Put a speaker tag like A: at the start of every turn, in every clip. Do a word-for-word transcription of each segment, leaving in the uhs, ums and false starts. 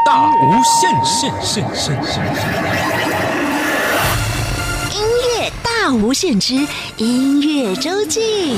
A: 大无限限限限限
B: 音乐大无限之音乐周记。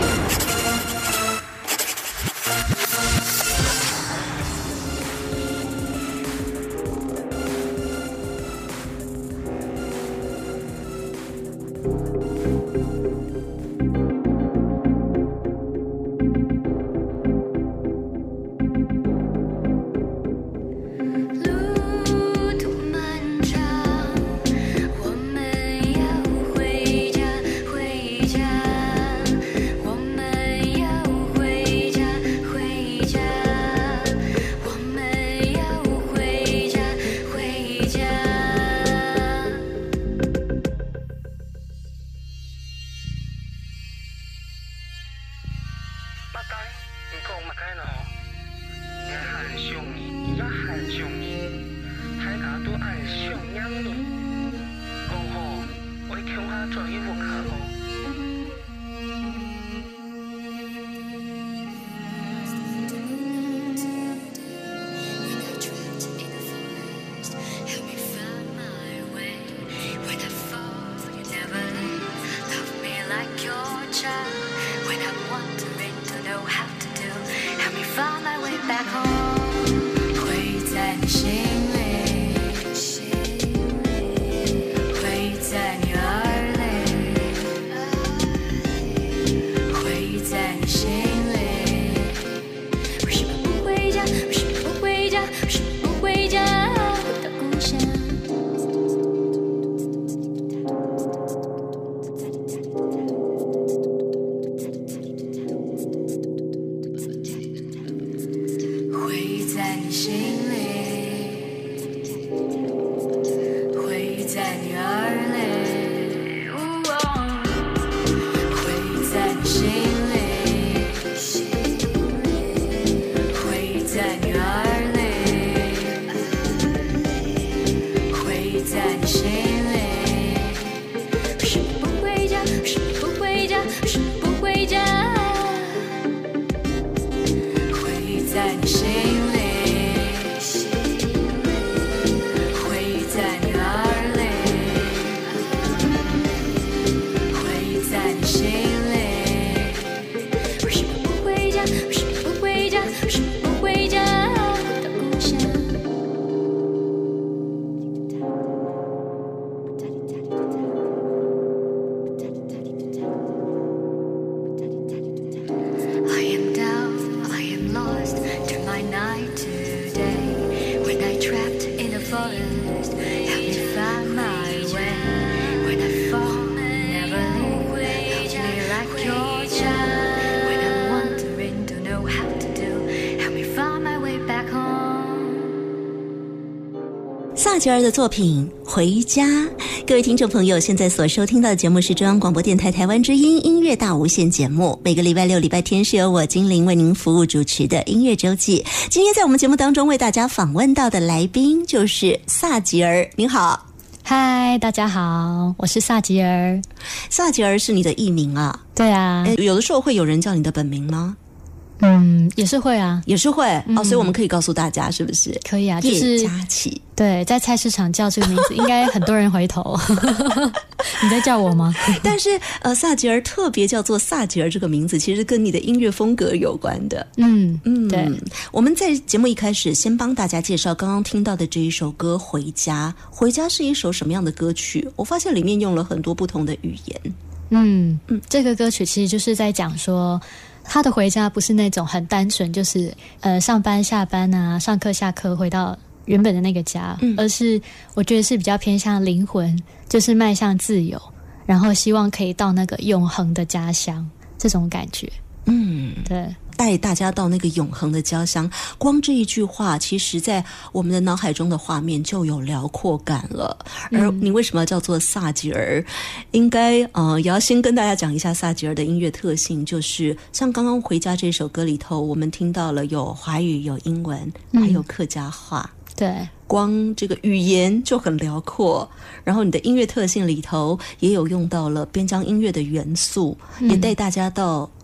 B: 萨吉尔的作品《回家》，各位听众朋友，现在所收听到的节目是中央广播电台台湾之音音乐大无限节目，每个礼拜六、礼拜天是由我精灵为您服务主持的音乐周记。今天在我们节目当中为大家访问到的来宾就是萨吉尔，您好。
C: 嗨，大家好，我是萨吉尔。
B: 萨吉尔是你的艺名啊？
C: 对啊。
B: 有的时候会有人叫你的本名吗？
C: 嗯，也是会啊，
B: 也是会、嗯、哦，所以我们可以告诉大家，是不是？
C: 可以啊，就是
B: 叶佳琪。
C: 对，在菜市场叫这个名字，应该很多人回头。你在叫我吗？
B: 但是呃，萨吉尔特别叫做萨吉尔这个名字，其实跟你的音乐风格有关的。
C: 嗯嗯，对。
B: 我们在节目一开始先帮大家介绍刚刚听到的这一首歌《回家》。回家是一首什么样的歌曲？我发现里面用了很多不同的语言。
C: 嗯嗯，这个歌曲其实就是在讲说，他的回家不是那种很单纯，就是呃上班下班啊，上课下课回到原本的那个家、嗯、而是我觉得是比较偏向灵魂，就是迈向自由，然后希望可以到那个永恒的家乡，这种感觉。嗯，对，带大家到那个永恒的家乡，光这一句话其实在我们的脑海中的画面就有辽阔感了。而你为什么叫做萨吉尔、嗯、应该呃也要先跟大家讲一下萨吉尔的音乐特性，就是像刚刚回家这首歌里头我们听到了有华语有英文、嗯、还有客家话，对，光这个语言就很辽阔，然后你的音乐特性里头也有用到了边疆音乐的元素、嗯、也带大家到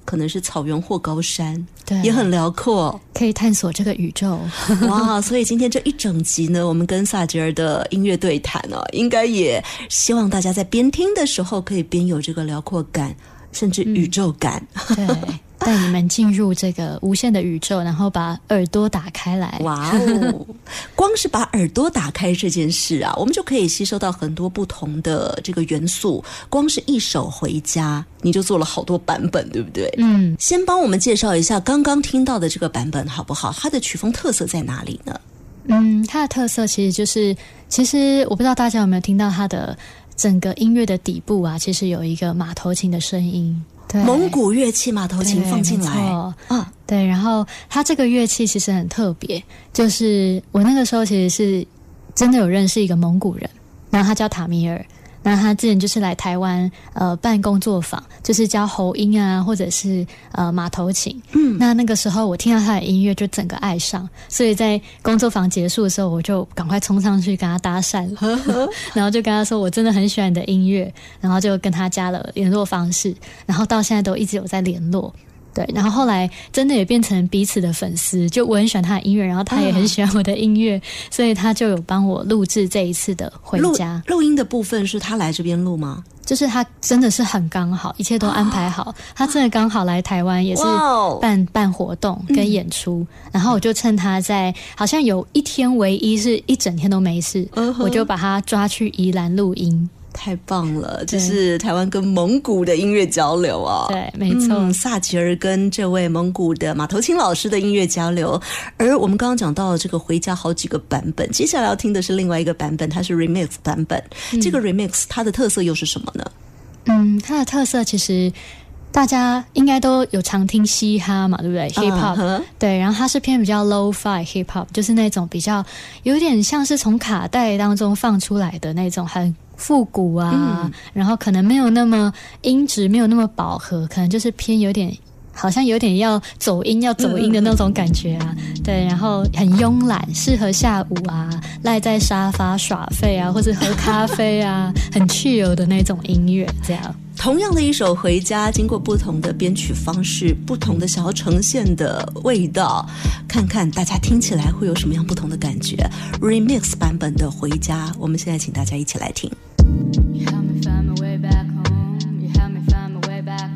B: 可能是草原或高山，
C: 对，
B: 也很辽阔，
C: 可以探索这个宇宙。
B: 哇！所以今天这一整集呢，我们跟萨吉尔的音乐对谈哦，应该也希望大家在边听的时候可以边有这个辽阔感，甚至宇宙感。
C: 嗯、对。带你们进入这个无限的宇宙，然后把耳朵打开来。
B: 哇哦！光是把耳朵打开这件事啊，我们就可以吸收到很多不同的这个元素。光是一首《回家》，你就做了好多版本，对不对？嗯。先帮我们介绍一下刚刚听到的这个版本好不好？它的曲风特色在哪里呢？
C: 嗯，它的特色其实就是，其实我不知道大家有没有听到它的整个音乐的底部啊，其实有一个马头琴的声音。
B: 蒙古乐器马头琴放进来
C: 啊，对，然后它这个乐器其实很特别，就是我那个时候其实是真的有认识一个蒙古人，然后他叫塔米尔，那他之前就是来台湾呃办工作坊，就是教喉音啊，或者是呃马头琴。嗯，那那个时候我听到他的音乐就整个爱上，所以在工作坊结束的时候，我就赶快冲上去跟他搭讪了，然后就跟他说我真的很喜欢你的音乐，然后就跟他加了联络方式，然后到现在都一直有在联络。对，然后后来真的也变成彼此的粉丝，就我很喜欢他的音乐，然后他也很喜欢我的音乐，啊、所以他就有帮我录制这一次的回家。
B: 录音的部分是他来这边录吗？
C: 就是他真的是很刚好，一切都安排好，啊、他真的刚好来台湾，也是办办活动跟演出，嗯、然后我就趁他在好像有一天唯一是一整天都没事，嗯、我就把他抓去宜兰录音。
B: 太棒了，这是台湾跟蒙古的音乐交流啊！
C: 对，没错，
B: 嗯、萨吉尔跟这位蒙古的马头琴老师的音乐交流。而我们刚刚讲到这个回家好几个版本，接下来要听的是另外一个版本，它是 remix 版本。嗯、这个 remix 它的特色又是什么呢？
C: 嗯，它的特色其实大家应该都有常听嘻哈嘛，对不对 ？hip hop，、uh-huh. 对，然后它是偏比较 low-fi hip hop， 就是那种比较有点像是从卡带当中放出来的那种很复古啊，嗯、然后可能没有那么音质，没有那么饱和，可能就是偏有点。好像有点要走音要走音的那种感觉啊，嗯、对，然后很慵懒，适合下午啊，赖在沙发耍废啊，或者喝咖啡啊，很chill的那种音乐，这样。
B: 同样的一首《回家》，经过不同的编曲方式，不同的想要呈现的味道，看看大家听起来会有什么样不同的感觉。Remix 版本的《回家》，我们现在请大家一起来听。You help me find my way back home. You help me find my way back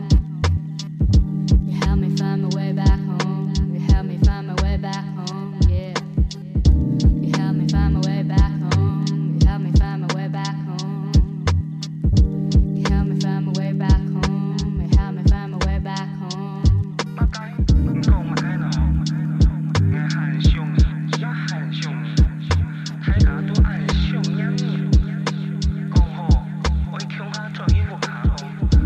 B: home.You help me find my way back home. You help me find my way back home, yeah. You help me find my way back home. You help me find my way back home. You help me find my way back home. You help me find my way back home. 马该，你讲马该呢？爱喊凶，要喊凶，大家都爱凶呀你。讲好，我一听他转移不卡哦。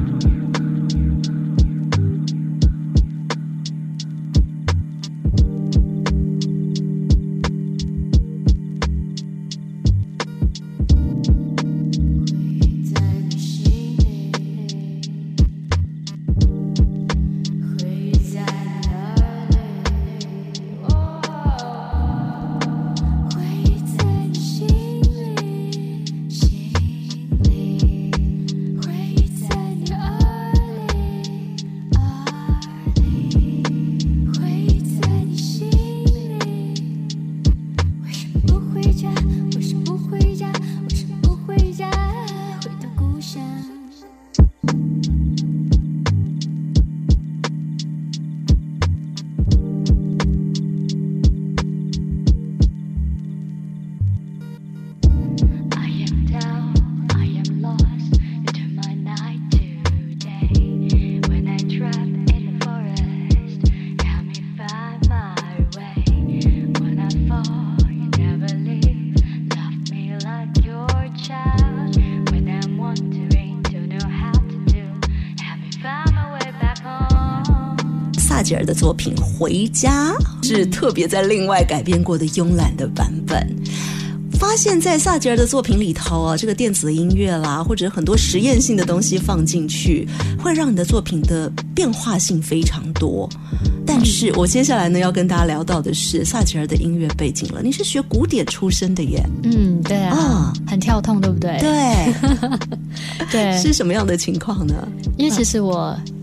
B: 萨吉尔的作品《回家》是特别在另外改编过的慵懒的版本。发现在萨吉尔的作品里头啊，这个电子音乐啦，或者很多实验性的东西放进去，会让你的作品的变化性非常多。但是我接下来呢要跟大家聊到的是萨吉尔的音乐背景了。你是学古典出身的耶？
C: 嗯，对啊，啊很跳痛，对不对？
B: 对，
C: 对，
B: 是什么样的情况呢？
C: 因为其实我。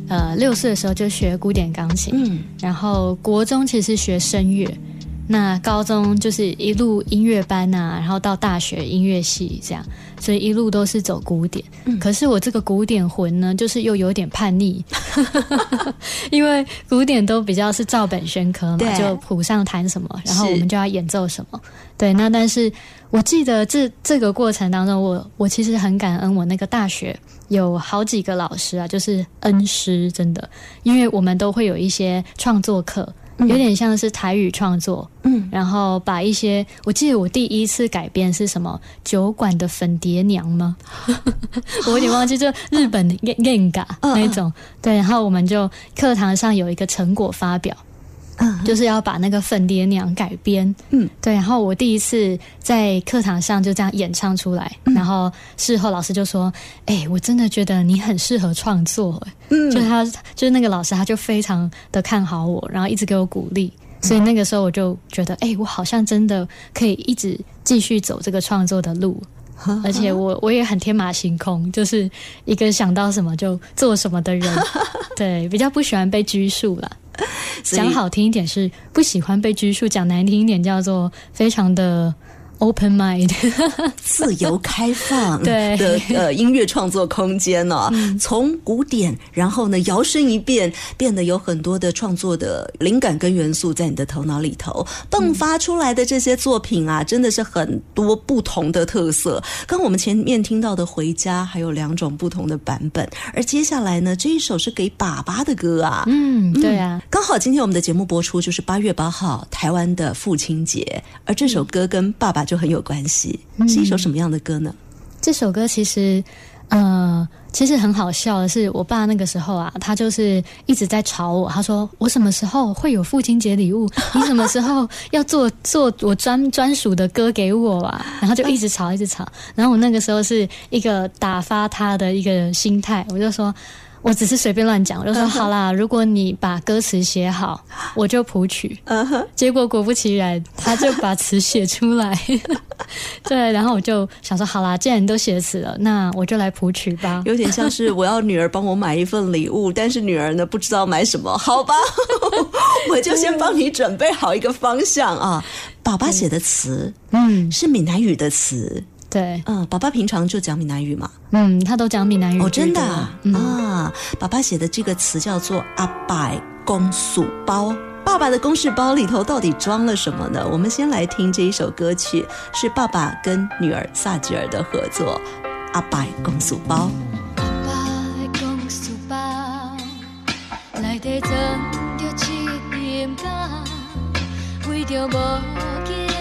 C: 呃六岁的时候就学古典钢琴，嗯，然后国中其实学声乐，那高中就是一路音乐班啊，然后到大学音乐系这样，所以一路都是走古典。嗯、可是我这个古典魂呢，就是又有点叛逆，因为古典都比较是照本宣科嘛，就谱上弹什么，然后我们就要演奏什么。对，那但是我记得这这个过程当中，我我其实很感恩我那个大学有好几个老师啊，就是恩师，真的，因为我们都会有一些创作课。有点像是台语创作，嗯，然后把一些，我记得我第一次改编是什么酒馆的粉蝶娘吗？我有点忘记，就日本的 Genga 那种，对，然后我们就课堂上有一个成果发表。嗯，就是要把那个粉蝶娘改编，嗯，对，然后我第一次在课堂上就这样演唱出来，嗯、然后事后老师就说：“哎、欸，我真的觉得你很适合创作。”嗯，就他就是那个老师，他就非常的看好我，然后一直给我鼓励，所以那个时候我就觉得，哎、欸，我好像真的可以一直继续走这个创作的路。而且我我也很天马行空，就是一个想到什么就做什么的人，对，比较不喜欢被拘束啦。讲好听一点是不喜欢被拘束，讲难听一点叫做非常的 open mind
B: 自由开放的呃音乐创作空间哦，嗯、从古典然后呢摇身一变，变得有很多的创作的灵感跟元素在你的头脑里头迸发出来的这些作品啊，真的是很多不同的特色。跟我们前面听到的回家还有两种不同的版本，而接下来呢这一首是给爸爸的歌啊，
C: 嗯，对啊，
B: 刚好今天我们的节目播出就是八月八号台湾的父亲节，而这首歌跟爸爸就很有关系，嗯、是一首什么样的歌呢？
C: 这首歌其实呃其实很好笑的是，我爸那个时候啊，他就是一直在吵我，他说我什么时候会有父亲节礼物？你什么时候要做做我专专属的歌给我啊？然后就一直吵一直吵，然后我那个时候是一个打发他的一个心态，我就说我只是随便乱讲，我就说、uh-huh. 好啦，如果你把歌词写好，我就谱曲。Uh-huh. 结果果不其然，他就把词写出来。对，然后我就想说，好啦，既然你都写词了，那我就来谱曲吧。
B: 有点像是我要女儿帮我买一份礼物，但是女儿呢不知道买什么，好吧，我就先帮你准备好一个方向啊。爸爸写的词，嗯，是闽南语的词。
C: 对，
B: 嗯，爸爸平常就讲闽南语嘛，
C: 嗯，他都讲闽南语。
B: 哦，真的啊，嗯、啊，爸爸写的这个词叫做阿拜公事包。爸爸的公事包里头到底装了什么呢？我们先来听这一首歌曲，是爸爸跟女儿萨吉尔的合作，阿拜公事包。
D: 阿拜公事包，内底装着一斤甲，为着无囝，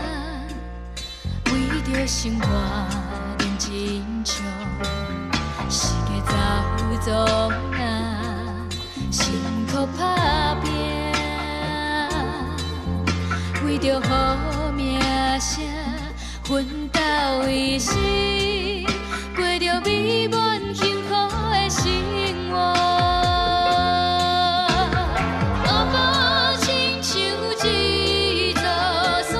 D: 为着生活认真唱，世界走总啊，辛苦打拼。为着好名声，奋斗一生，过着美满幸福的生活。阿爸亲像一座山，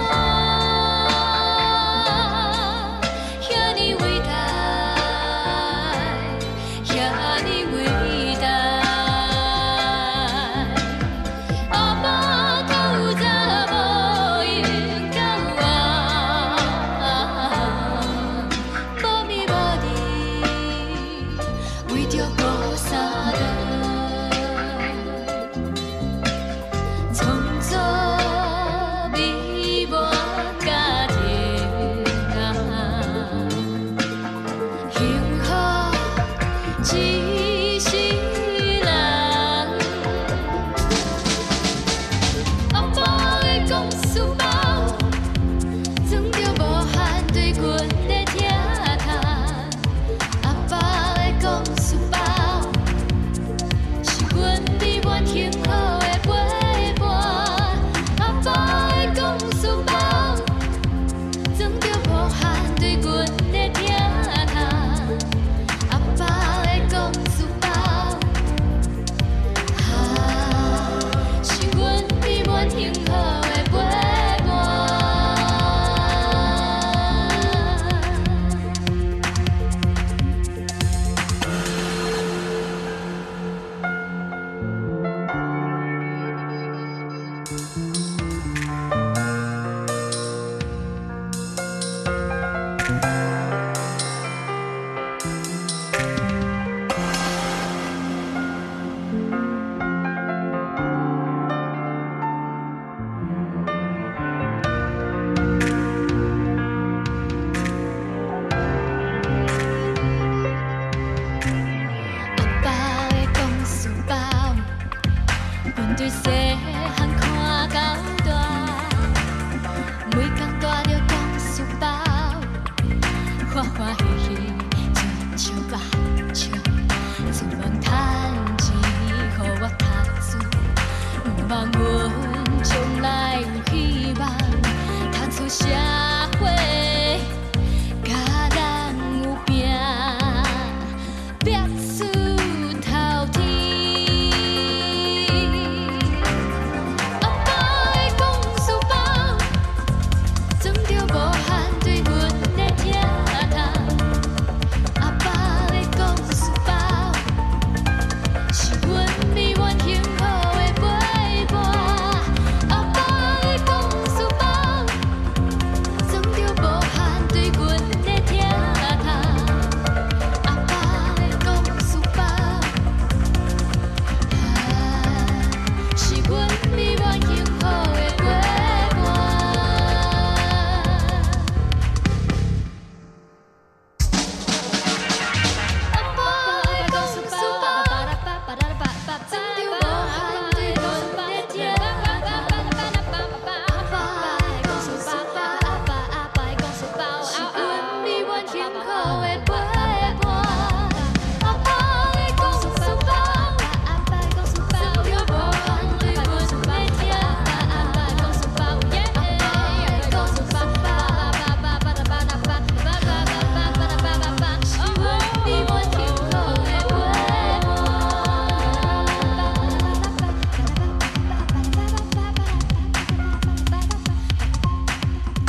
D: 遐尼伟大，遐尼伟大。阿爸透早。为着故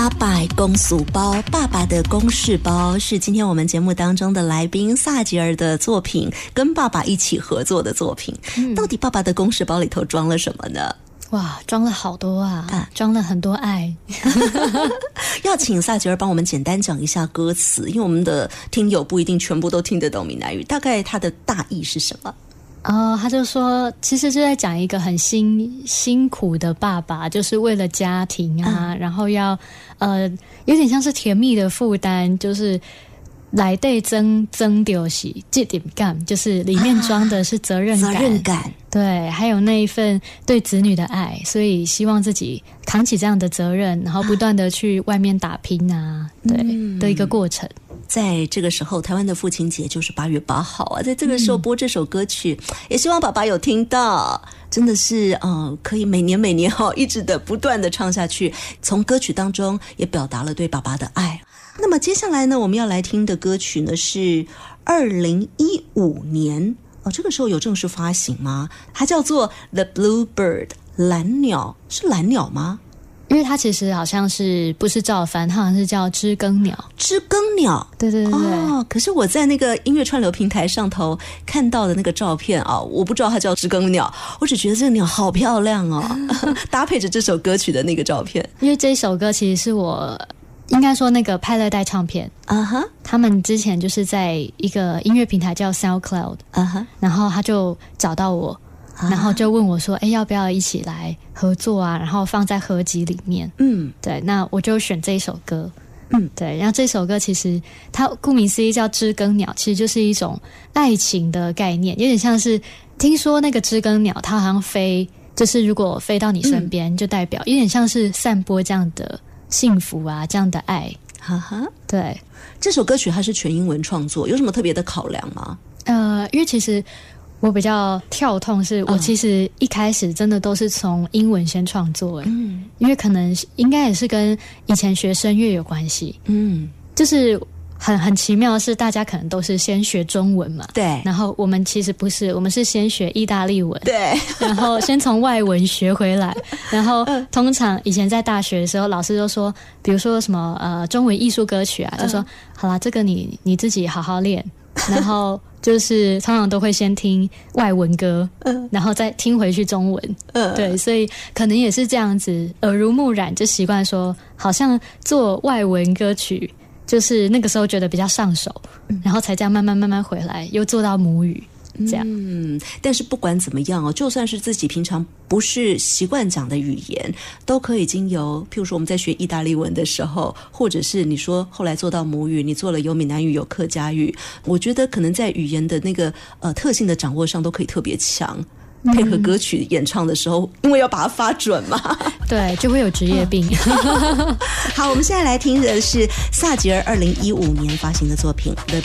B: 阿爸公事包，爸爸的公事包是今天我们节目当中的来宾萨吉尔的作品，跟爸爸一起合作的作品。嗯、到底爸爸的公事包里头装了什么呢？
C: 哇，装了好多啊，啊装了很多爱。
B: 要请萨吉尔帮我们简单讲一下歌词，因为我们的听友不一定全部都听得懂闽南语，大概它的大意是什么？
C: 哦，他就说其实就在讲一个很辛辛苦的爸爸，就是为了家庭啊、嗯、然后要呃有点像是甜蜜的负担，就是来对增增丢喜这点干，就是里面装的是责任感、啊、责任感，对，还有那一份对子女的爱，所以希望自己扛起这样的责任，然后不断的去外面打拼啊，对、嗯、的一个过程。
B: 在这个时候，台湾的父亲节就是八月八号啊，在这个时候播这首歌曲、嗯、也希望爸爸有听到，真的是呃，可以每年每年哈、哦、一直的不断的唱下去，从歌曲当中也表达了对爸爸的爱。那么接下来呢，我们要来听的歌曲呢是二零一五年哦，这个时候有正式发行吗？它叫做 The Bluebird 蓝鸟，是蓝鸟吗？
C: 因为它其实好像是不是照翻，它好像是叫知更鸟。
B: 知更鸟，
C: 对对对对。
B: 哦，可是我在那个音乐串流平台上头看到的那个照片啊，我不知道它叫知更鸟，我只觉得这个鸟好漂亮哦，搭配着这首歌曲的那个照片。
C: 因为这一首歌其实是我应该说那个派乐代唱片啊哈， uh-huh. 他们之前就是在一个音乐平台叫 SoundCloud 啊哈，然后他就找到我。然后就问我说哎，要不要一起来合作啊，然后放在合集里面。嗯，对，那我就选这一首歌。嗯，对，然后这首歌其实它顾名思义叫知更鸟，其实就是一种爱情的概念，有点像是听说那个知更鸟它好像飞，就是如果飞到你身边、嗯、就代表有点像是散播这样的幸福啊，这样的爱。哈哈，对，
B: 这首歌曲它是全英文创作，有什么特别的考量吗？
C: 呃，因为其实我比较跳痛，是我其实一开始真的都是从英文先创作，嗯，因为可能应该也是跟以前学声乐有关系，嗯，就是很很奇妙的是，大家可能都是先学中文嘛，
B: 对，
C: 然后我们其实不是，我们是先学意大利文，
B: 对，
C: 然后先从外文学回来，然后通常以前在大学的时候，老师都说，比如说什么呃中文艺术歌曲啊，就说、嗯、好啦，这个你你自己好好练，然后。就是通常都会先听外文歌，嗯，然后再听回去中文，嗯，对，所以可能也是这样子，耳濡目染，就习惯说，好像做外文歌曲，就是那个时候觉得比较上手，嗯、然后才这样慢慢慢慢回来，又做到母语。这样，
B: 嗯，但是不管怎么样哦，就算是自己平常不是习惯讲的语言，都可以经由，譬如说我们在学意大利文的时候，或者是你说后来做到母语，你做了有闽南语有客家语，我觉得可能在语言的那个呃特性的掌握上都可以特别强。配合歌曲演唱的时候，因为要把它发准嘛，
C: 对，就会有职业病。
B: 好，我们现在来听的是萨吉尔二零一五年发行的作品《The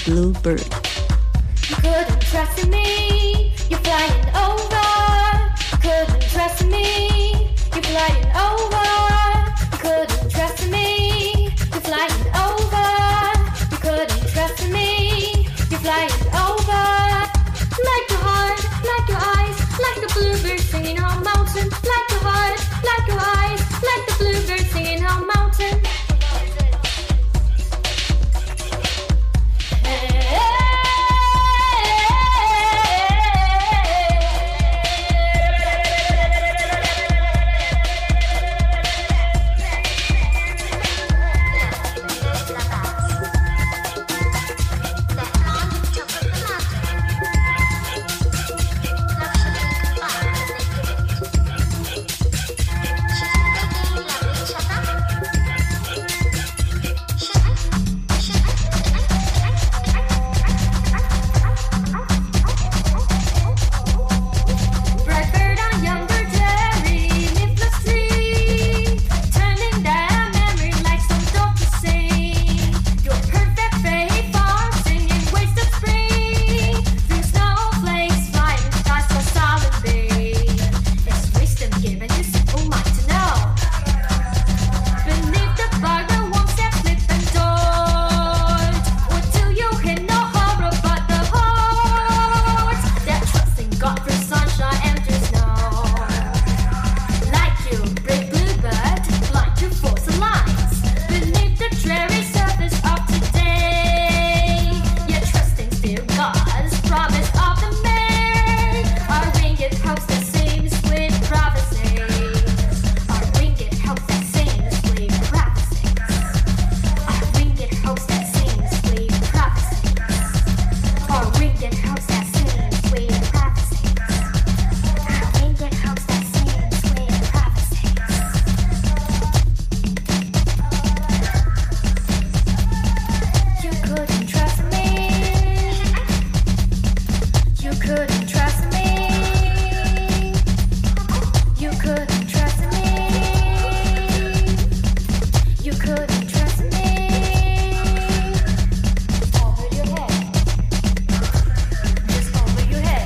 B: Bluebird》。
E: You couldn't trust me, you're flying over. You couldn't trust me, you're flying over. You couldn't trust me, you're flying over. You couldn't trust me, you're flying over. Like your heart, like your eyes, like the bluebird singing on mountain. Like your heart, like your eyes, like the bluebird singing on mountain. Hey, hey, hey.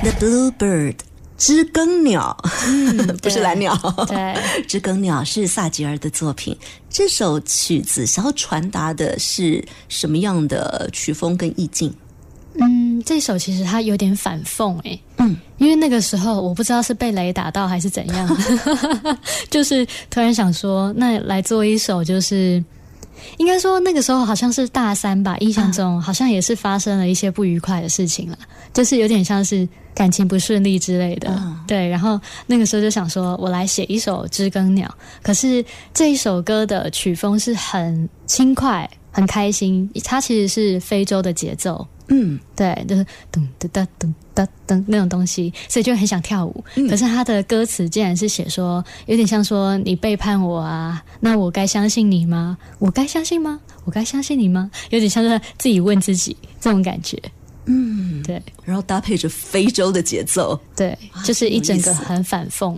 B: The Bluebird。知更鸟，嗯、不是蓝鸟，
C: 对，
B: 知更鸟是萨吉尔的作品。这首曲子想要传达的是什么样的曲风跟意境？
C: 嗯，这首其实它有点反讽哎、欸，嗯，因为那个时候我不知道是被雷打到还是怎样，就是突然想说，那来做一首就是。应该说那个时候好像是大三吧，印象中好像也是发生了一些不愉快的事情啦，就是有点像是感情不顺利之类的、嗯、对，然后那个时候就想说我来写一首知更鸟，可是这一首歌的曲风是很轻快很开心，它其实是非洲的节奏，嗯，对，就是噔噔噔噔噔噔那种东西，所以就很想跳舞、嗯、可是他的歌词竟然是写说有点像说你背叛我啊，那我该相信你吗？我该相信吗？我该相信你吗？有点像是自己问自己这种感觉，嗯，对，
B: 然后搭配着非洲的节奏，
C: 对，就是一整个很反讽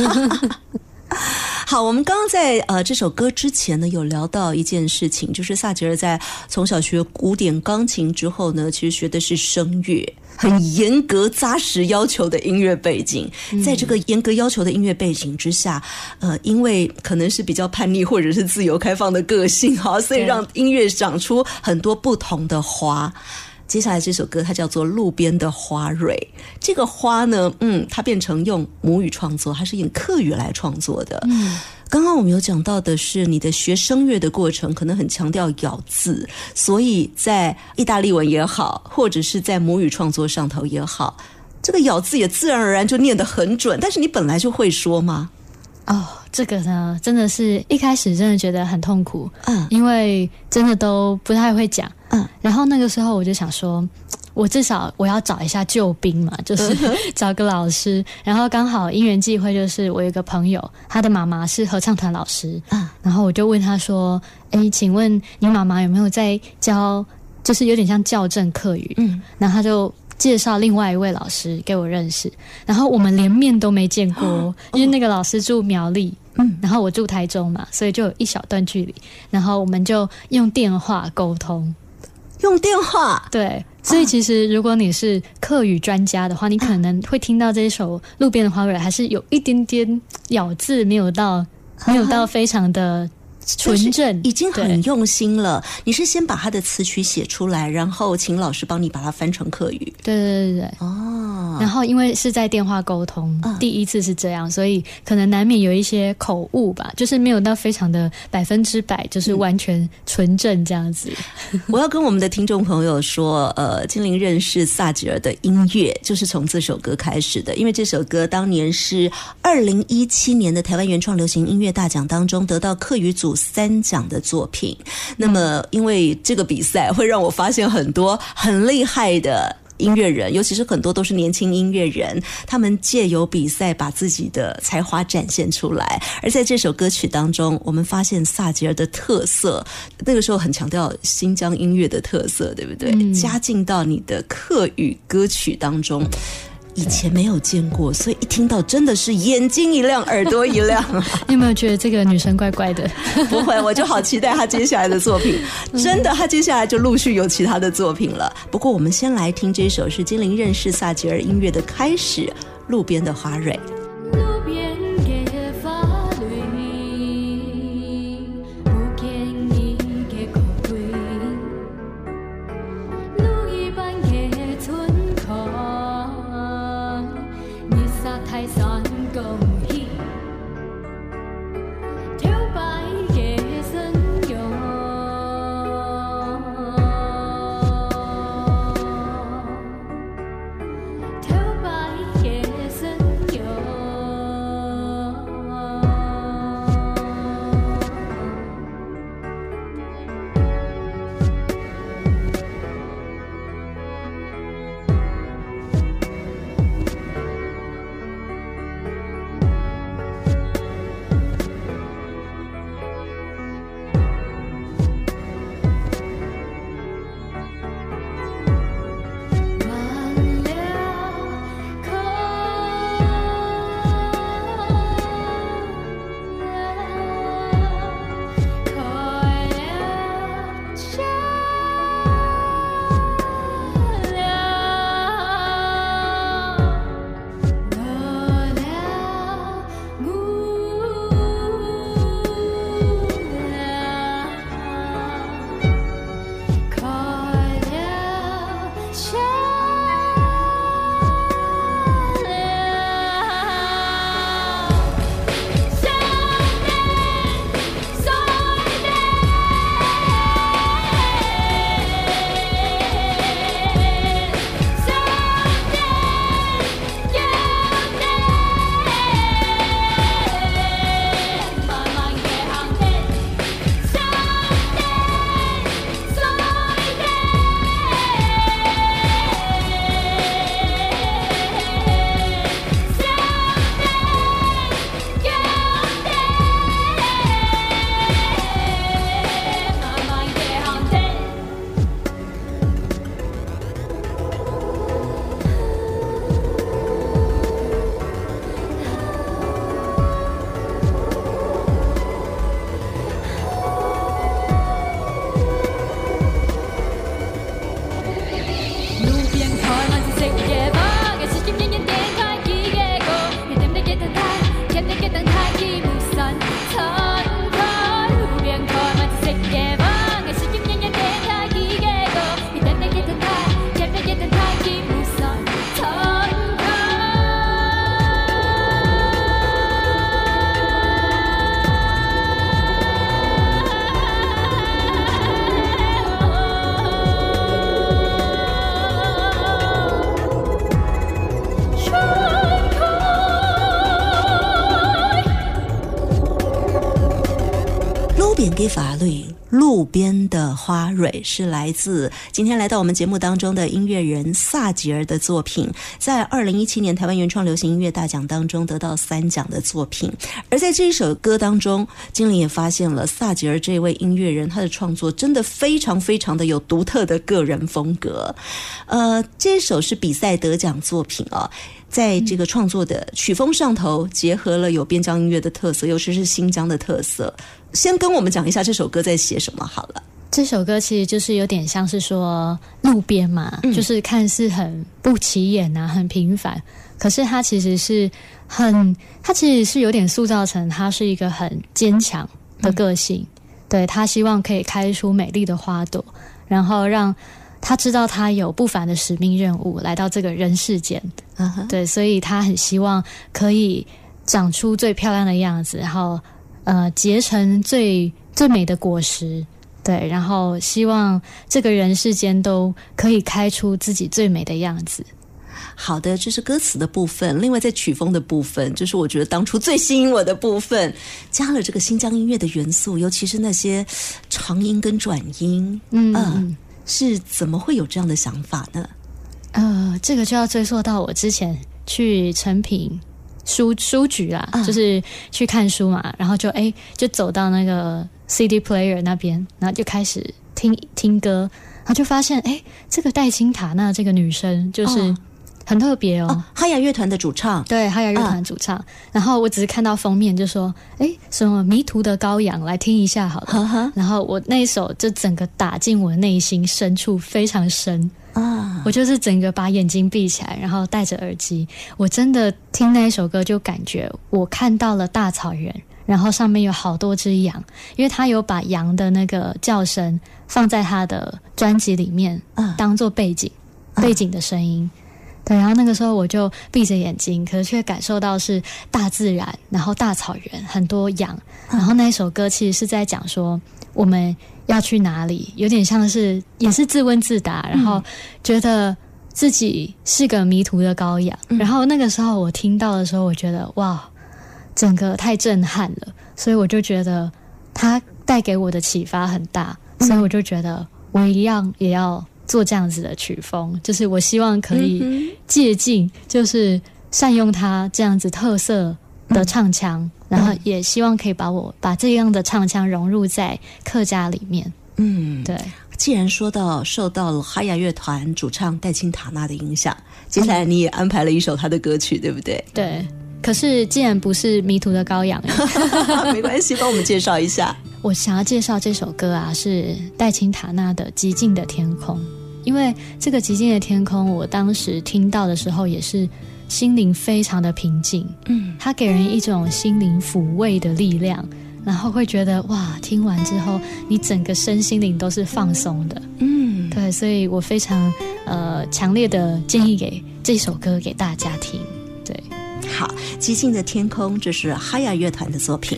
B: 好，我们刚刚在呃这首歌之前呢，有聊到一件事情，就是萨吉尔在从小学古典钢琴之后呢，其实学的是声乐，很严格扎实要求的音乐背景。在这个严格要求的音乐背景之下，呃，因为可能是比较叛逆或者是自由开放的个性哈，所以让音乐长出很多不同的花。接下来这首歌它叫做路边的花蕊，这个花呢嗯，它变成用母语创作，它是用客语来创作的。嗯，刚刚我们有讲到的是你的学声乐的过程可能很强调咬字，所以在意大利文也好，或者是在母语创作上头也好，这个咬字也自然而然就念得很准。但是你本来就会说吗？
C: 哦，这个呢真的是一开始真的觉得很痛苦，嗯，因为真的都不太会讲，嗯，然后那个时候我就想说我至少我要找一下救兵嘛，就是找个老师，然后刚好因缘际会，就是我有一个朋友他的妈妈是合唱团老师，嗯，然后我就问他说诶，请问你妈妈有没有在教，就是有点像校正客语，嗯，然后他就介绍另外一位老师给我认识，然后我们连面都没见过、哦、因为那个老师住苗栗，嗯，然后我住台中嘛，所以就有一小段距离，然后我们就用电话沟通，
B: 用电话，
C: 对，所以其实如果你是客语专家的话，你可能会听到这首路边的花蕊还是有一点点咬字没有到没有到非常的纯正，
B: 已经很用心了。你是先把他的词曲写出来，然后请老师帮你把它翻成客语。
C: 对对对对，哦。然后因为是在电话沟通、嗯，第一次是这样，所以可能难免有一些口误吧，就是没有到非常的百分之百，就是完全纯正这样子。
B: 嗯、我要跟我们的听众朋友说，呃，精灵认识萨吉尔的音乐就是从这首歌开始的，因为这首歌当年是二零一七年的台湾原创流行音乐大奖当中得到客语组三奖的作品。那么因为这个比赛会让我发现很多很厉害的音乐人，尤其是很多都是年轻音乐人，他们借由比赛把自己的才华展现出来。而在这首歌曲当中，我们发现萨吉尔的特色，那个时候很强调新疆音乐的特色，对不对？嗯、加进到你的客语歌曲当中，以前没有见过，所以一听到真的是眼睛一亮耳朵一亮。
C: 你有没有觉得这个女生怪怪的？
B: 不会，我就好期待她接下来的作品。真的，她接下来就陆续有其他的作品了。不过我们先来听这首是精灵认识萨吉尔音乐的开始，路边的花蕊。
E: 有
B: 给法律路边的花蕊是来自今天来到我们节目当中的音乐人萨吉尔的作品，在二零一七年台湾原创流行音乐大奖当中得到三奖的作品。而在这一首歌当中，精灵也发现了萨吉尔这位音乐人他的创作真的非常非常的有独特的个人风格。呃，这首是比赛得奖作品哦，在这个创作的曲风上头结合了有边疆音乐的特色，尤其是新疆的特色。先跟我们讲一下这首歌在写什么好了。
C: 这首歌其实就是有点像是说路边嘛、嗯、就是看似很不起眼啊，很平凡，可是它其实是很它其实是有点塑造成它是一个很坚强的个性、嗯、对，他希望可以开出美丽的花朵，然后让他知道他有不凡的使命任务来到这个人世间、uh-huh. 对，所以他很希望可以长出最漂亮的样子，然后呃结成最最美的果实，对，然后希望这个人世间都可以开出自己最美的样子。
B: 好的，这是歌词的部分。另外在曲风的部分，就是我觉得当初最吸引我的部分，加了这个新疆音乐的元素，尤其是那些长音跟转音。嗯、呃、是怎么会有这样的想法呢？
C: 呃，这个就要追溯到我之前去成品书书局啦、啊、就是去看书嘛，然后就哎就走到那个 C D player 那边，然后就开始听听歌，然后就发现哎，这个戴青塔娜这个女生就是很特别 哦, 哦
B: 哈雅乐团的主唱，
C: 对，哈雅乐团主唱、啊、然后我只是看到封面就说哎，什么迷途的羔羊，来听一下好了、uh-huh. 然后我那一首就整个打进我内心深处非常深啊！我就是整个把眼睛闭起来，然后戴着耳机，我真的听那一首歌就感觉我看到了大草原，然后上面有好多只羊，因为他有把羊的那个叫声放在他的专辑里面、啊、当做背景、啊、背景的声音，对，然后那个时候我就闭着眼睛，可是却感受到是大自然，然后大草原，很多羊、啊、然后那一首歌其实是在讲说我们要去哪里，有点像是也是自问自答，然后觉得自己是个迷途的羔羊、嗯、然后那个时候我听到的时候，我觉得哇，整个太震撼了，所以我就觉得它带给我的启发很大、嗯、所以我就觉得我一样也要做这样子的曲风，就是我希望可以借鉴，就是善用它这样子特色的唱腔、嗯、然后也希望可以把我把这样的唱腔融入在客家里面。嗯，对。
B: 既然说到受到了哈雅乐团主唱戴青塔娜的影响，接下来你也安排了一首他的歌曲，对不对？
C: 对。可是既然不是迷途的羔羊
B: 没关系，帮我们介绍一下。
C: 我想要介绍这首歌啊，是戴青塔娜的《极静的天空》。因为这个《极静的天空》我当时听到的时候也是心灵非常的平静，嗯，它给人一种心灵抚慰的力量，然后会觉得哇，听完之后你整个身心灵都是放松的，嗯，对，所以我非常呃强烈的建议给这首歌给大家听。对，
B: 好，《极静的天空》这是哈雅乐团的作品。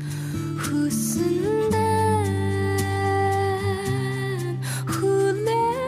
E: Who's in there? Who let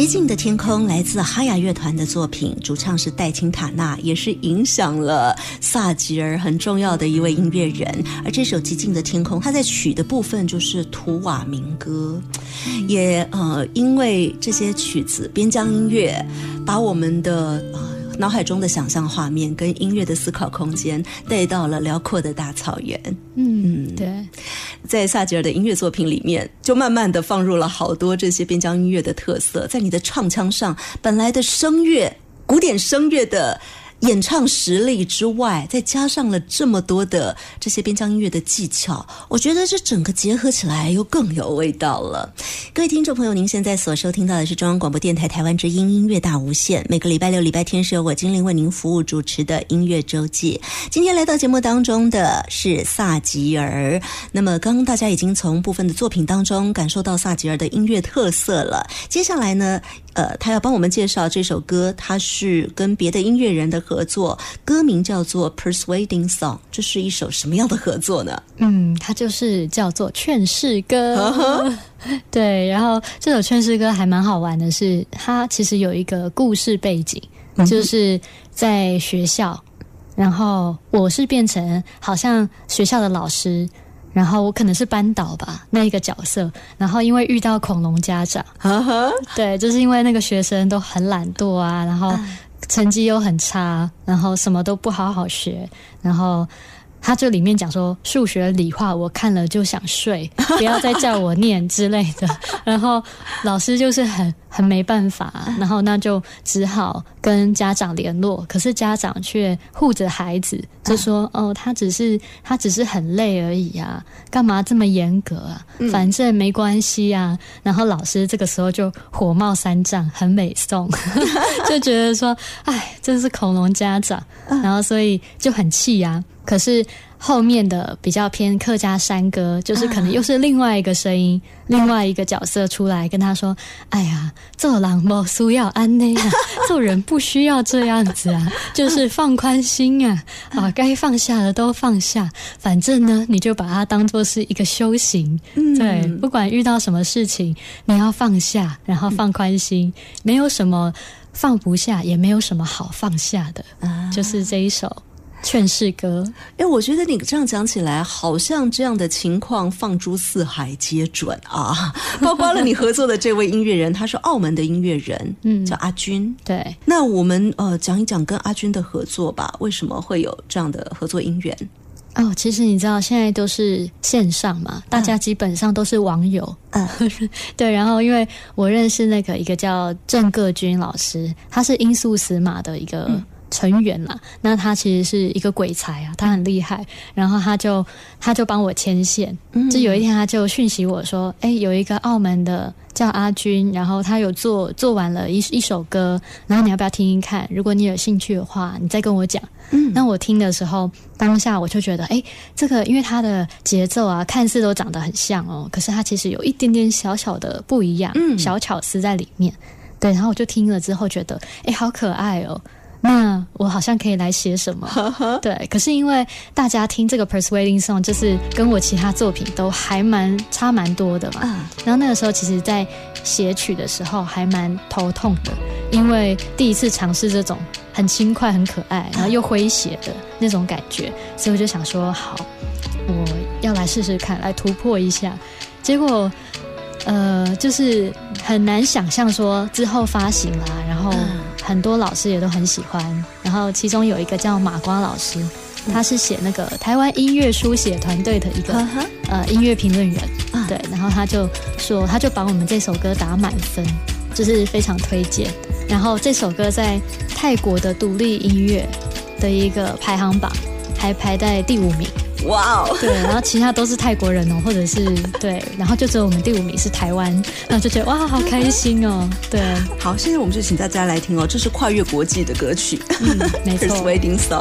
B: 寂静的天空来自哈雅乐团的作品，主唱是戴钦塔纳，也是影响了萨吉尔很重要的一位音乐人。而这首寂静的天空，它在曲的部分就是图瓦民歌，也呃因为这些曲子边疆音乐把我们的呃脑海中的想象画面跟音乐的思考空间带到了辽阔的大草原。
C: 嗯，嗯对，
B: 在萨吉尔的音乐作品里面，就慢慢的放入了好多这些边疆音乐的特色，在你的唱腔上，本来的声乐、古典声乐的演唱实力之外，再加上了这么多的这些边疆音乐的技巧，我觉得这整个结合起来又更有味道了。各位听众朋友，您现在所收听到的是中央广播电台台湾之音音乐大无限，每个礼拜六礼拜天是由我精灵为您服务主持的音乐周记。今天来到节目当中的是萨吉尔，那么刚刚大家已经从部分的作品当中感受到萨吉尔的音乐特色了，接下来呢呃，他要帮我们介绍这首歌，它是跟别的音乐人的合作，歌名叫做 Persuading Song， 这是一首什么样的合作呢？
C: 嗯，它就是叫做劝世歌。
B: Uh-huh.
C: 对，然后这首劝世歌还蛮好玩的是，它其实有一个故事背景，就是在学校，然后我是变成好像学校的老师，然后我可能是班导吧，那一个角色，然后因为遇到恐龙家长，
B: uh-huh.
C: 对，就是因为那个学生都很懒惰啊，然后成绩又很差，然后什么都不好好学，然后他就里面讲说数学理化我看了就想睡，不要再叫我念之类的，然后老师就是很很没办法，然后那就只好跟家长联络，可是家长却护着孩子，就说哦，他只是他只是很累而已啊，干嘛这么严格啊，反正没关系啊，然后老师这个时候就火冒三丈，很美颂就觉得说哎，真是恐龙家长，然后所以就很气啊。可是后面的比较偏客家山歌，就是可能又是另外一个声音、啊、另外一个角色出来跟他说，哎呀，做人不需要安内啊，做人不需要这样子啊，就是放宽心啊，啊，该放下的都放下，反正呢你就把它当作是一个修行、嗯、对，不管遇到什么事情你要放下，然后放宽心、嗯、没有什么放不下，也没有什么好放下的、啊、就是这一首劝世歌。
B: 哎，我觉得你这样讲起来，好像这样的情况放诸四海皆准啊！包括了你合作的这位音乐人，他是澳门的音乐人，嗯，叫阿军。
C: 对，
B: 那我们呃讲一讲跟阿军的合作吧，为什么会有这样的合作姻缘？
C: 哦，其实你知道现在都是线上嘛，大家基本上都是网友。嗯，对，然后因为我认识那个一个叫郑个军老师，他是音速死马的一个、嗯成员啦，那他其实是一个鬼才啊，他很厉害，然后他就他就帮我牵线、嗯、就有一天他就讯息我说，哎，有一个澳门的叫阿军，然后他有做做完了一一首歌，然后你要不要听听看，如果你有兴趣的话你再跟我讲。嗯，那我听的时候当下我就觉得，哎，这个因为他的节奏啊看似都长得很像哦，可是他其实有一点点小小的不一样、嗯、小巧思在里面。对，然后我就听了之后觉得，哎，好可爱哦，那我好像可以来写什么对，可是因为大家听这个 Persuading Song 就是跟我其他作品都还蛮差蛮多的嘛、嗯、然后那个时候其实在写曲的时候还蛮头痛的，因为第一次尝试这种很轻快很可爱然后又诙谐的那种感觉，所以我就想说好，我要来试试看，来突破一下。结果呃，就是很难想象说之后发行啦，然后很多老师也都很喜欢，然后其中有一个叫马瓜老师，他是写那个台湾音乐书写团队的一个、uh-huh. 呃音乐评论员、uh-huh. 对，然后他就说他就把我们这首歌打满分，就是非常推荐。然后这首歌在泰国的独立音乐的一个排行榜还排在第五名。
B: 哇哦，
C: 对，然后其他都是泰国人哦，或者是对，然后就只有我们第五名是台湾，然后就觉得哇，好开心哦。对，
B: 好，现在我们就请大家来听哦，这是跨越国际的歌曲，
C: 嗯，没错
B: Persuading Song。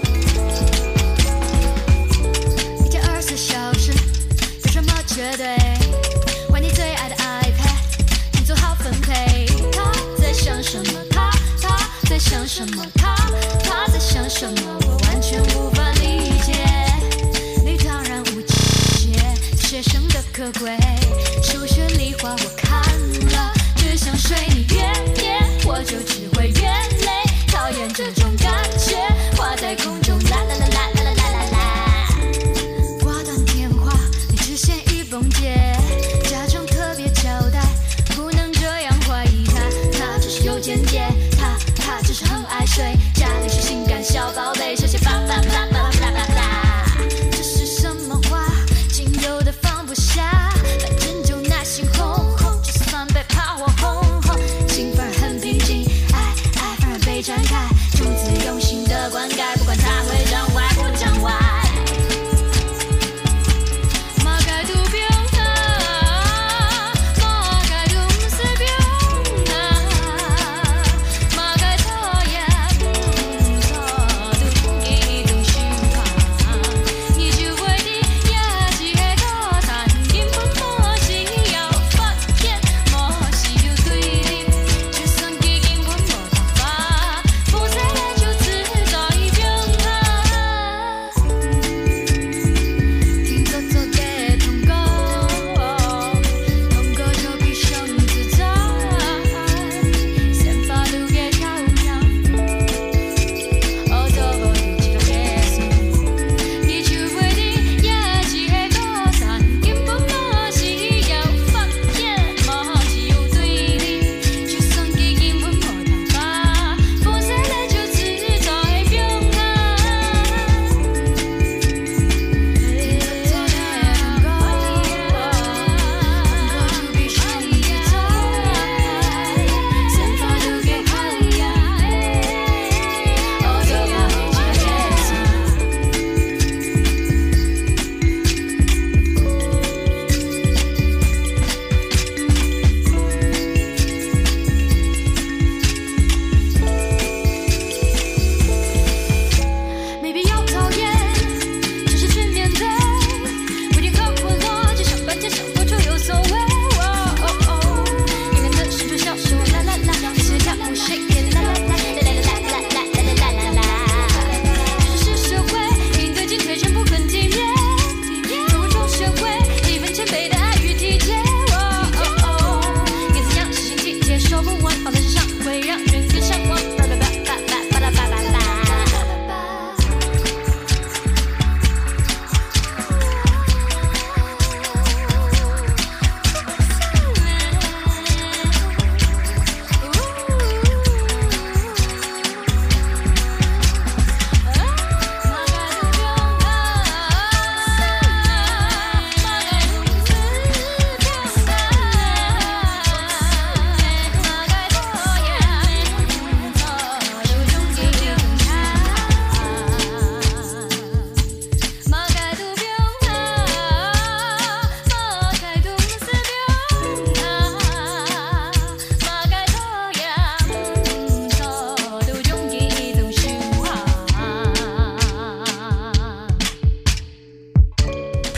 D: 一天二十四小时，有什么绝对？换你最爱的 iPad， 请做好分配。他在想什么？他他在想什么？他他在想什么？我完全无法理解。学生的可贵，数学理化我看了，只想睡你远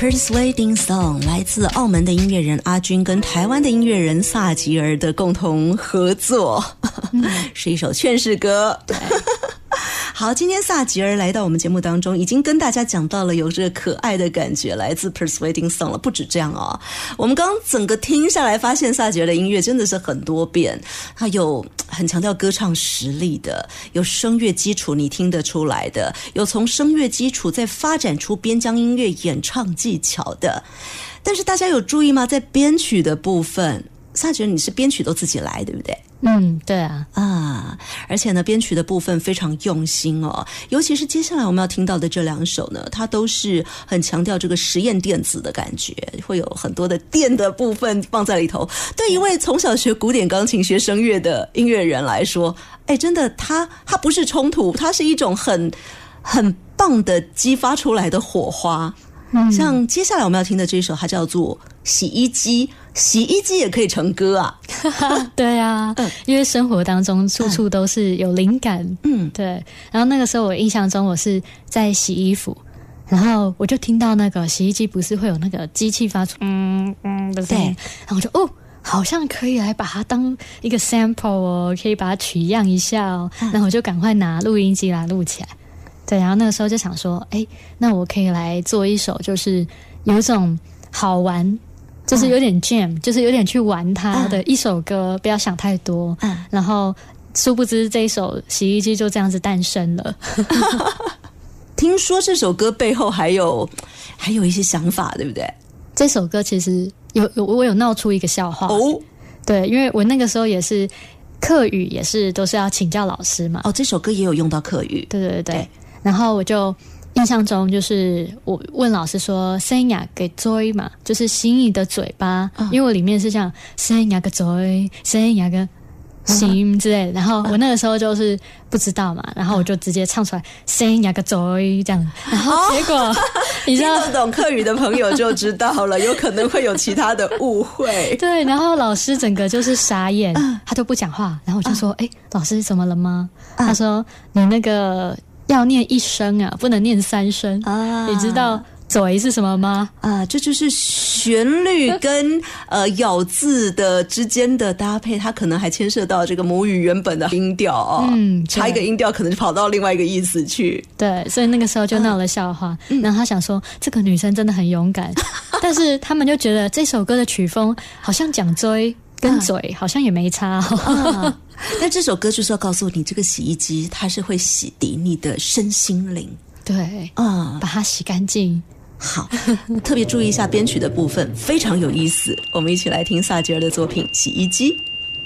B: Persuading Song 来自澳门的音乐人阿军跟台湾的音乐人萨吉尔的共同合作，嗯、是一首劝世歌。对。好，今天萨吉尔来到我们节目当中，已经跟大家讲到了有这个可爱的感觉来自 Persuading Song 了。不止这样哦，我们刚刚整个听下来，发现萨吉尔的音乐真的是很多变，他有很强调歌唱实力的，有声乐基础你听得出来的，有从声乐基础再发展出边疆音乐演唱技巧的。但是大家有注意吗？在编曲的部分，萨吉尔你是编曲都自己来，对不对？
C: 嗯，对啊，
B: 啊，而且呢，编曲的部分非常用心哦，尤其是接下来我们要听到的这两首呢，它都是很强调这个实验电子的感觉，会有很多的电的部分放在里头。对一位从小学古典钢琴、学声乐的音乐人来说，哎，真的，它它不是冲突，它是一种很很棒的激发出来的火花。嗯、像接下来我们要听的这一首，它叫做《洗衣机》。洗衣机也可以成歌啊。
C: 对啊、嗯、因为生活当中处处都是有灵感。嗯，对。然后那个时候我印象中我是在洗衣服，然后我就听到那个洗衣机不是会有那个机器发出嗯嗯的声音，然后我就哦好像可以来把它当一个 sample 哦，可以把它取样一下哦、嗯、然后我就赶快拿录音机来录起来。对，然后那个时候就想说哎，那我可以来做一首就是有一种好玩，就是有点 jam、嗯、就是有点去玩它的一首歌、嗯、不要想太多、嗯、然后殊不知这一首洗衣机就这样子诞生了。
B: 听说这首歌背后还有还有一些想法，对不对？
C: 这首歌其实有有我有闹出一个笑话哦，对，因为我那个时候也是客语也是都是要请教老师嘛。
B: 哦，这首歌也有用到客语。
C: 对对 对, 对，然后我就印象中就是我问老师说生牙给嘴嘛，就是心仪的嘴巴、哦、因为我里面是这样生牙个嘴生牙个心之类的、嗯、然后我那个时候就是不知道嘛，然后我就直接唱出来生牙个嘴这样，然后结果、哦、你知道
B: 听得懂客语的朋友就知道了，有可能会有其他的误会。
C: 对，然后老师整个就是傻眼、嗯、他都不讲话，然后我就说哎、嗯，老师怎么了吗、嗯、他说你那个要念一声啊，不能念三声啊！你知道嘴是什么吗？
B: 啊，这就是旋律跟呃咬字的之间的搭配，它可能还牵涉到这个母语原本的音调哦。嗯，差一个音调可能就跑到另外一个意思去。
C: 对，所以那个时候就闹了笑话。嗯、然后他想说，这个女生真的很勇敢，但是他们就觉得这首歌的曲风好像讲追跟嘴好像也没差哦。啊
B: 但这首歌就是要告诉你，这个洗衣机它是会洗涤你的身心灵，
C: 对啊、嗯，把它洗干净。
B: 好，特别注意一下编曲的部分，非常有意思。我们一起来听萨吉尔的作品《洗衣机》。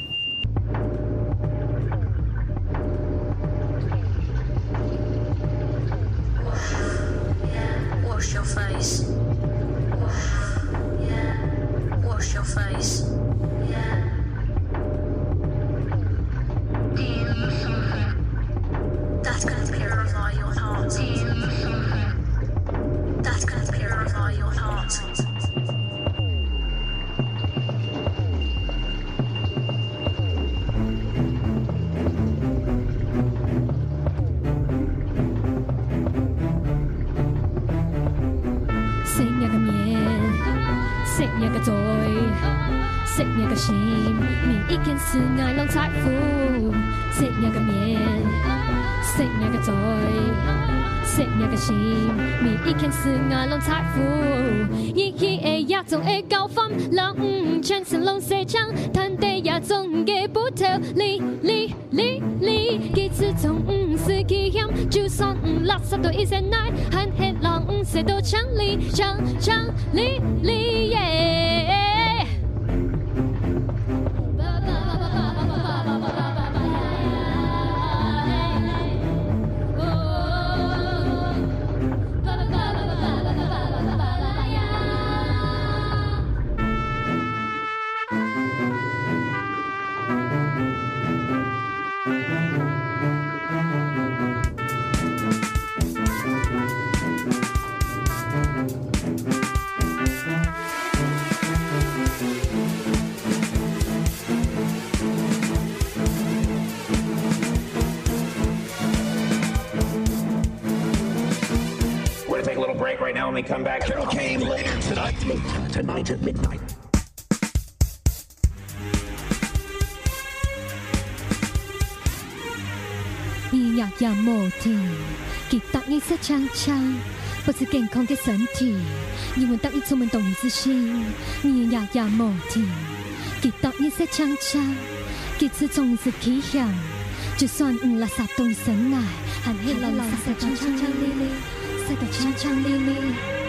F: Wash your face. Wash your face. That's gonna purify your heart. That's gonna purify your heart.
E: Sing nhà cái miệng, sing nhà cái tôi, sing nhà cái心，你一根丝爱拢财富。sing nhà cái miệng, sing nhà cái tôi, sing nhà cái心，你一根丝爱拢财富。一起的亚种的高峰，人全身拢生长，谈的亚种嘅不透，哩哩哩哩，几次总是奇险，就算垃圾都一直奶，喊黑人谁都强力，强强力力耶。
G: only come back. Carol came later tonight. Tonight at midnight.
H: 你呀呀莫停，给当一色强强，保持健康的身体。你们当一充满动力自信，你呀呀莫停，给当一色强强，给次从是气象，就算唔垃圾都神爱，喊黑啦啦色强强强哩哩，色个强强哩哩。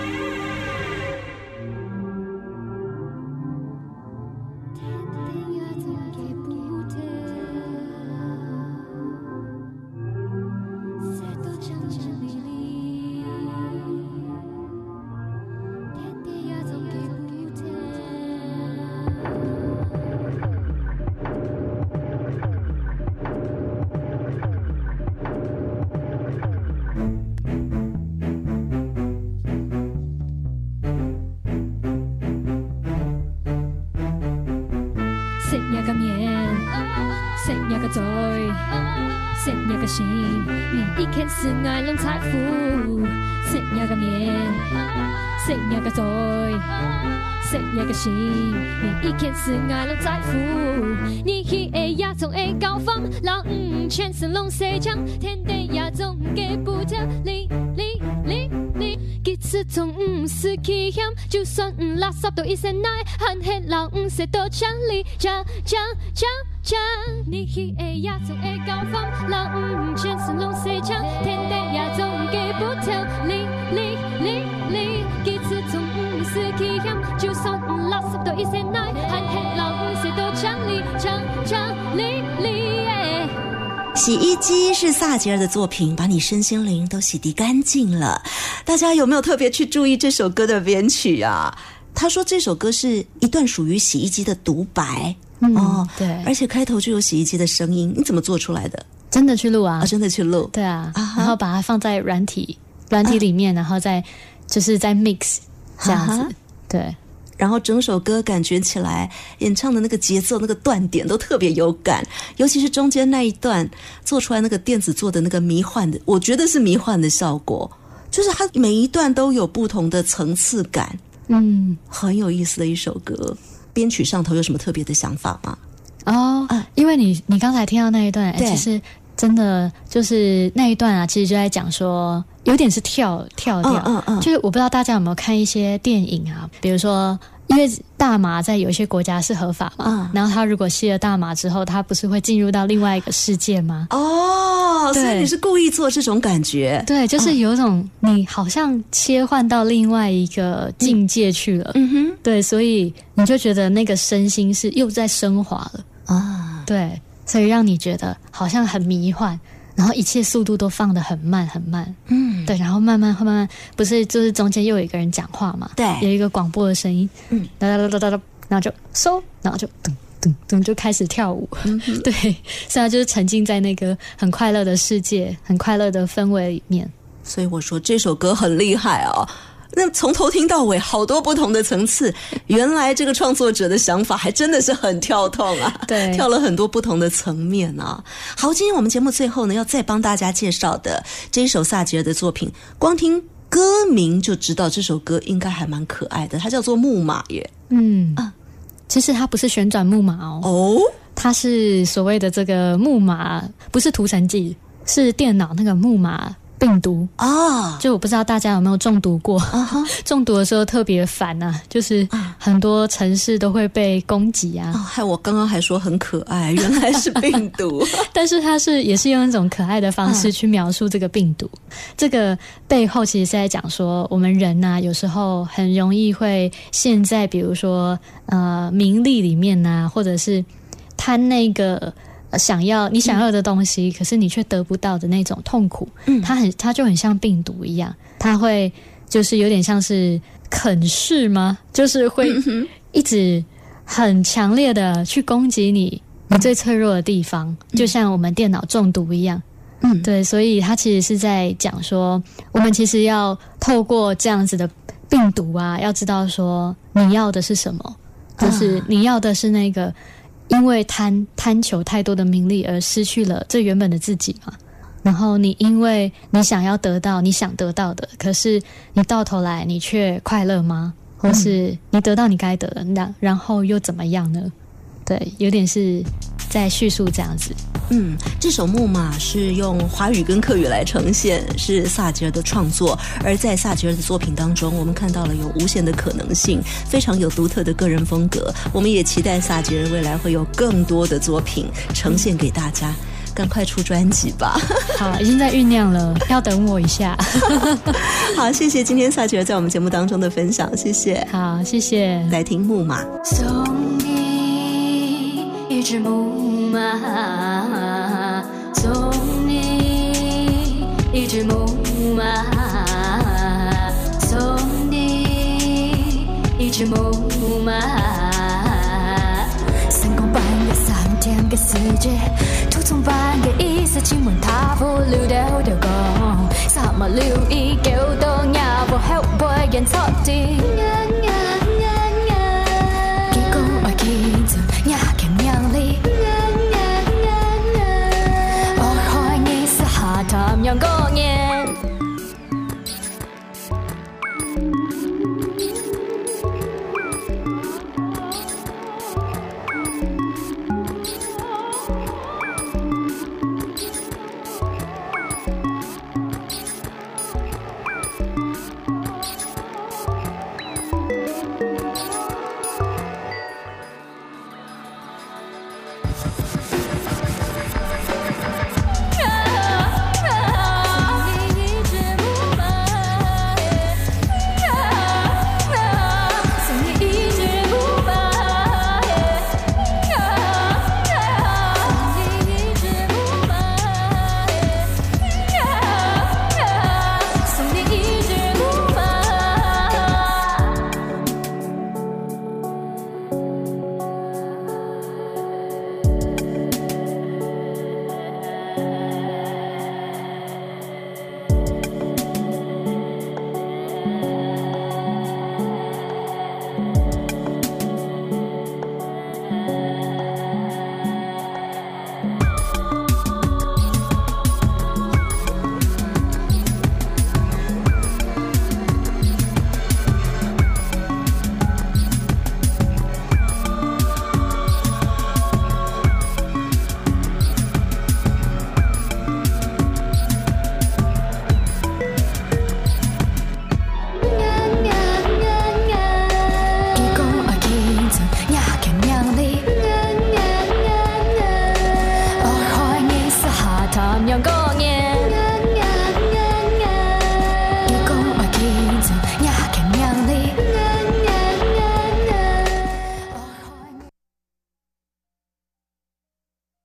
H: 心，每一天是爱拢财富，谁呀个面，谁呀个嘴，谁呀个心，每一天是爱拢财富。你去的亚种的高峰，人唔全身拢西墙，天地亚种给不掉，你你你你，其实从唔是气险，就算唔垃圾都一身奶，喊黑人唔识多强力，讲讲讲。讲你去的亚种的高峰，人唔全身拢西墙，天地亚种给不掉，你你你你，其实从唔是气险，就算唔垃圾都一身奶，喊黑人唔识多强力，讲讲你你。
B: 洗衣机是萨吉尔的作品，把你身心灵都洗涤干净了。大家有没有特别去注意这首歌的编曲啊？他说这首歌是一段属于洗衣机的独白。
C: 嗯、
B: 哦，
C: 对，
B: 而且开头就有洗衣机的声音，你怎么做出来的？
C: 真的去录啊？
B: 啊，真的去录？
C: 对啊，
B: 啊
C: 然后把它放在软体软体里面，啊、然后再就是在 mix 这样子，对。
B: 然后整首歌感觉起来，演唱的那个节奏、那个断点都特别有感，尤其是中间那一段做出来那个电子做的那个迷幻的，我觉得是迷幻的效果，就是它每一段都有不同的层次感，
C: 嗯，
B: 很有意思的一首歌。编曲上头有什么特别的想法吗？
C: 哦，啊、因为你你刚才听到那一段，其实真的就是那一段啊，其实就在讲说，有点是跳跳掉，
B: 嗯嗯嗯，
C: 就是我不知道大家有没有看一些电影啊，比如说。因为大麻在有一些国家是合法嘛，嗯、然后他如果吸了大麻之后，他不是会进入到另外一个世界吗？
B: 哦，所以你是故意做这种感觉？对，
C: 就是有种你好像切换到另外一个境界去了。嗯哼，对，所以你就觉得那个身心是又在升华了啊。对，所以让你觉得好像很迷幻。然后一切速度都放得很慢很慢，嗯，对，然后慢慢慢慢，不是就是中间又有一个人讲话嘛，
B: 对，
C: 有一个广播的声音，嗯，哒哒哒哒哒，然后就收，然后就噔噔噔就开始跳舞，嗯、对，所以他就是沉浸在那个很快乐的世界、很快乐的氛围里面。
B: 所以我说这首歌很厉害哦。那从头听到尾好多不同的层次，原来这个创作者的想法还真的是很跳动啊，
C: 对，
B: 跳了很多不同的层面啊。好，今天我们节目最后呢，要再帮大家介绍的这一首萨吉尔的作品，光听歌名就知道这首歌应该还蛮可爱的，它叫做木马耶。
C: 嗯啊，其实它不是旋转木马哦，哦，它是所谓的这个木马，不是涂层剂，是电脑那个木马病毒啊，就我不知道大家有没有中毒过，啊、中毒的时候特别烦啊，就是很多城市都会被攻击啊。
B: 哦、害我刚刚还说很可爱，原来是病毒。
C: 但是它是也是用一种可爱的方式去描述这个病毒。啊、这个背后其实是在讲说，我们人啊，有时候很容易会陷在比如说呃名利里面啊，或者是贪那个。想要你想要的东西、嗯、可是你却得不到的那种痛苦、嗯、它很它就很像病毒一样，它会就是有点像是啃噬吗，就是会一直很强烈的去攻击你你最脆弱的地方、嗯、就像我们电脑中毒一样。嗯，对，所以它其实是在讲说，我们其实要透过这样子的病毒啊，要知道说你要的是什么，就是你要的是那个因为贪贪求太多的名利而失去了最原本的自己嘛。 然后你因为你想要得到你想得到的，可是你到头来你却快乐吗？或是你得到你该得的，然然后又怎么样呢？对，有点是在叙述这样子。
B: 嗯，这首《木马》是用华语跟客语来呈现，是萨吉尔的创作。而在萨吉尔的作品当中，我们看到了有无限的可能性，非常有独特的个人风格。我们也期待萨吉尔未来会有更多的作品呈现给大家。赶快出专辑吧！
C: 好，已经在酝酿了，要等我一下。
B: 好，谢谢今天萨吉尔在我们节目当中的分享，谢谢。
C: 好，谢谢。
B: 来听《木马》。
D: 送你一只木马，送你一只木马，送你一只木马。三更半夜三天嘅世界，土從般嘅意思，請問他不了掉掉講，三萬了已叫到也無後輩人錯啲。